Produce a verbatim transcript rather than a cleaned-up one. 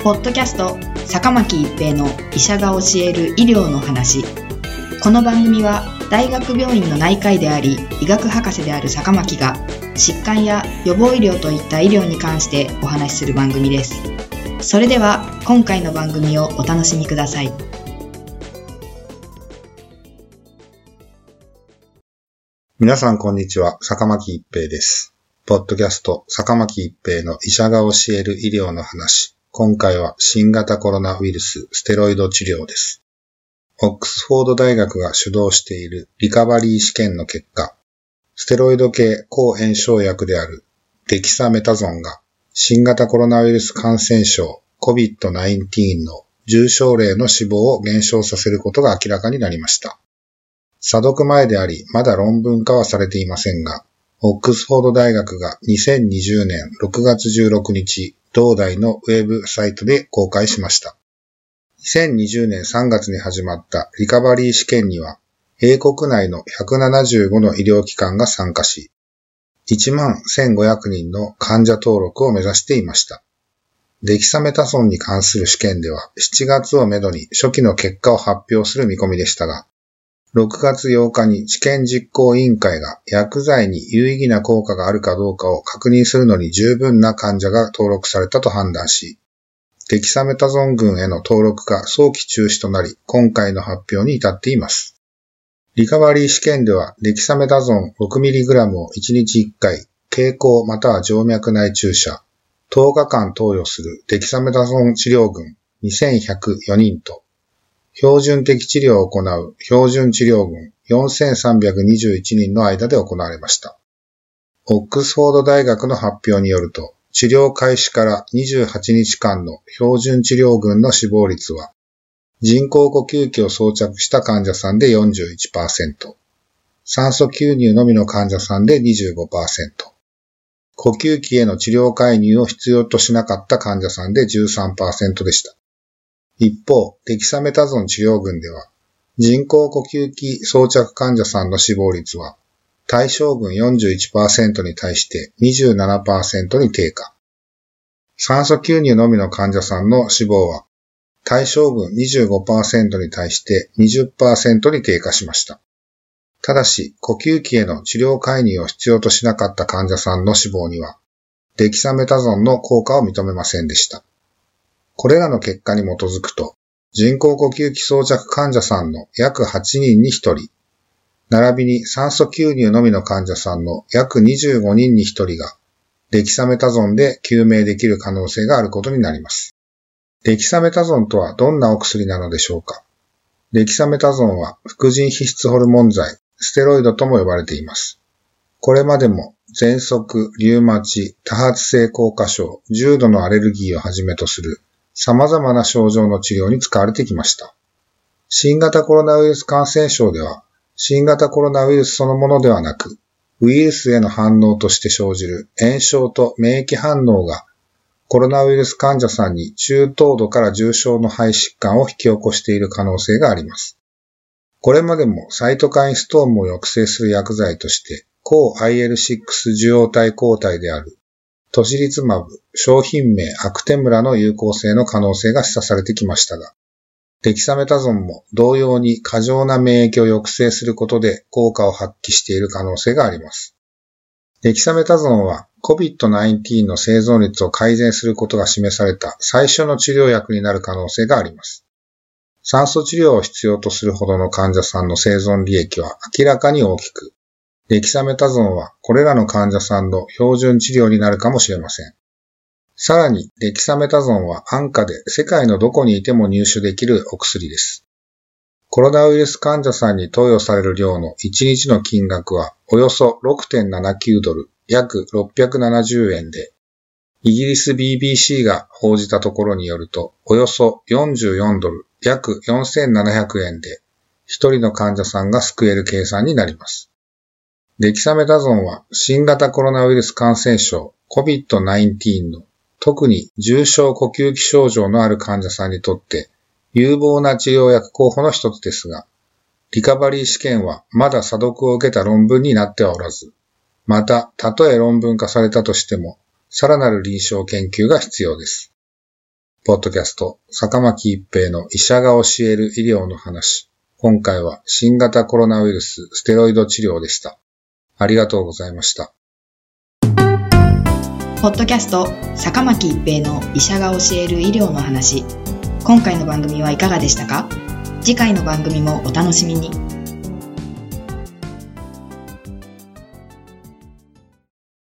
ポッドキャスト坂巻一平の医者が教える医療の話。この番組は大学病院の内科医であり医学博士である坂巻が疾患や予防医療といった医療に関してお話しする番組です。それでは今回の番組をお楽しみください。 皆さんこんにちは、坂巻一平です。ポッドキャスト坂巻一平の医者が教える医療の話。今回は新型コロナウイルスステロイド治療です。オックスフォード大学が主導しているリカバリー試験の結果、ステロイド系抗炎症薬であるデキサメタゾンが新型コロナウイルス感染症 コビッドナインティーン の重症例の死亡を減少させることが明らかになりました。査読前であり、まだ論文化はされていませんが、オックスフォード大学がにせんにじゅうねんろくがつじゅうろくにち、同大のウェブサイトで公開しました。にせんにじゅうねんさんがつに始まったリカバリー試験には、英国内のひゃくななじゅうごの医療機関が参加し、いちまんせんごひゃくにんの患者登録を目指していました。デキサメタゾンに関する試験では、しちがつをめどに初期の結果を発表する見込みでしたが、ろくがつようかに治験実行委員会が薬剤に有意義な効果があるかどうかを確認するのに十分な患者が登録されたと判断し、デキサメタゾン群への登録が早期中止となり、今回の発表に至っています。リカバリー試験ではデキサメタゾン ろくミリグラム をいちにちいっかい、経口または静脈内注射、とおかかん投与するデキサメタゾン治療群にせんひゃくよにんと、標準的治療を行う標準治療群よんせんさんびゃくにじゅういちにんの間で行われました。オックスフォード大学の発表によると、治療開始からにじゅうはちにちかんの標準治療群の死亡率は、人工呼吸器を装着した患者さんで よんじゅういちパーセント、酸素吸入のみの患者さんで にじゅうごパーセント、呼吸器への治療介入を必要としなかった患者さんで じゅうさんパーセント でした。一方、デキサメタゾン治療群では、人工呼吸器装着患者さんの死亡率は、対象群 よんじゅういちパーセント に対して にじゅうななパーセント に低下。酸素吸入のみの患者さんの死亡は、対象群 にじゅうごパーセント に対して にじゅっパーセント に低下しました。ただし、呼吸器への治療介入を必要としなかった患者さんの死亡には、デキサメタゾンの効果を認めませんでした。これらの結果に基づくと、人工呼吸器装着患者さんの約はちにんにひとり、並びに酸素吸入のみの患者さんの約にじゅうごにんにひとりが、デキサメタゾンで救命できる可能性があることになります。デキサメタゾンとはどんなお薬なのでしょうか。デキサメタゾンは副腎皮質ホルモン剤、ステロイドとも呼ばれています。これまでも喘息、リウマチ、多発性硬化症、重度のアレルギーをはじめとする様々な症状の治療に使われてきました。新型コロナウイルス感染症では、新型コロナウイルスそのものではなく、ウイルスへの反応として生じる炎症と免疫反応が、コロナウイルス患者さんに中等度から重症の肺疾患を引き起こしている可能性があります。これまでもサイトカインストームを抑制する薬剤として、抗 アイエルシックス 受容体抗体であるトシリツマブ、商品名アクテムラの有効性の可能性が示唆されてきましたが、デキサメタゾンも同様に過剰な免疫を抑制することで効果を発揮している可能性があります。デキサメタゾンは コビッドナインティーン の生存率を改善することが示された最初の治療薬になる可能性があります。酸素治療を必要とするほどの患者さんの生存利益は明らかに大きく、デキサメタゾンはこれらの患者さんの標準治療になるかもしれません。さらに、デキサメタゾンは安価で世界のどこにいても入手できるお薬です。コロナウイルス患者さんに投与される量のいちにちの金額はおよそ ろくてんななきゅうドル、約ろっぴゃくななじゅうえんで、イギリス ビービーシー が報じたところによると、およそよんじゅうよんドル、約よんせんななひゃくえんで、ひとりの患者さんが救える計算になります。デキサメタゾンは新型コロナウイルス感染症 コビッドナインティーン の特に重症呼吸器症状のある患者さんにとって有望な治療薬候補の一つですが、リカバリー試験はまだ査読を受けた論文になってはおらず、また、たとえ論文化されたとしても、さらなる臨床研究が必要です。 ポッドキャスト、坂巻一平の医者が教える医療の話。今回は新型コロナウイルスステロイド治療でした。ありがとうございました。 ポッドキャスト、坂巻一平の医者が教える医療の話。今回の番組はいかがでしたか？次回の番組もお楽しみに。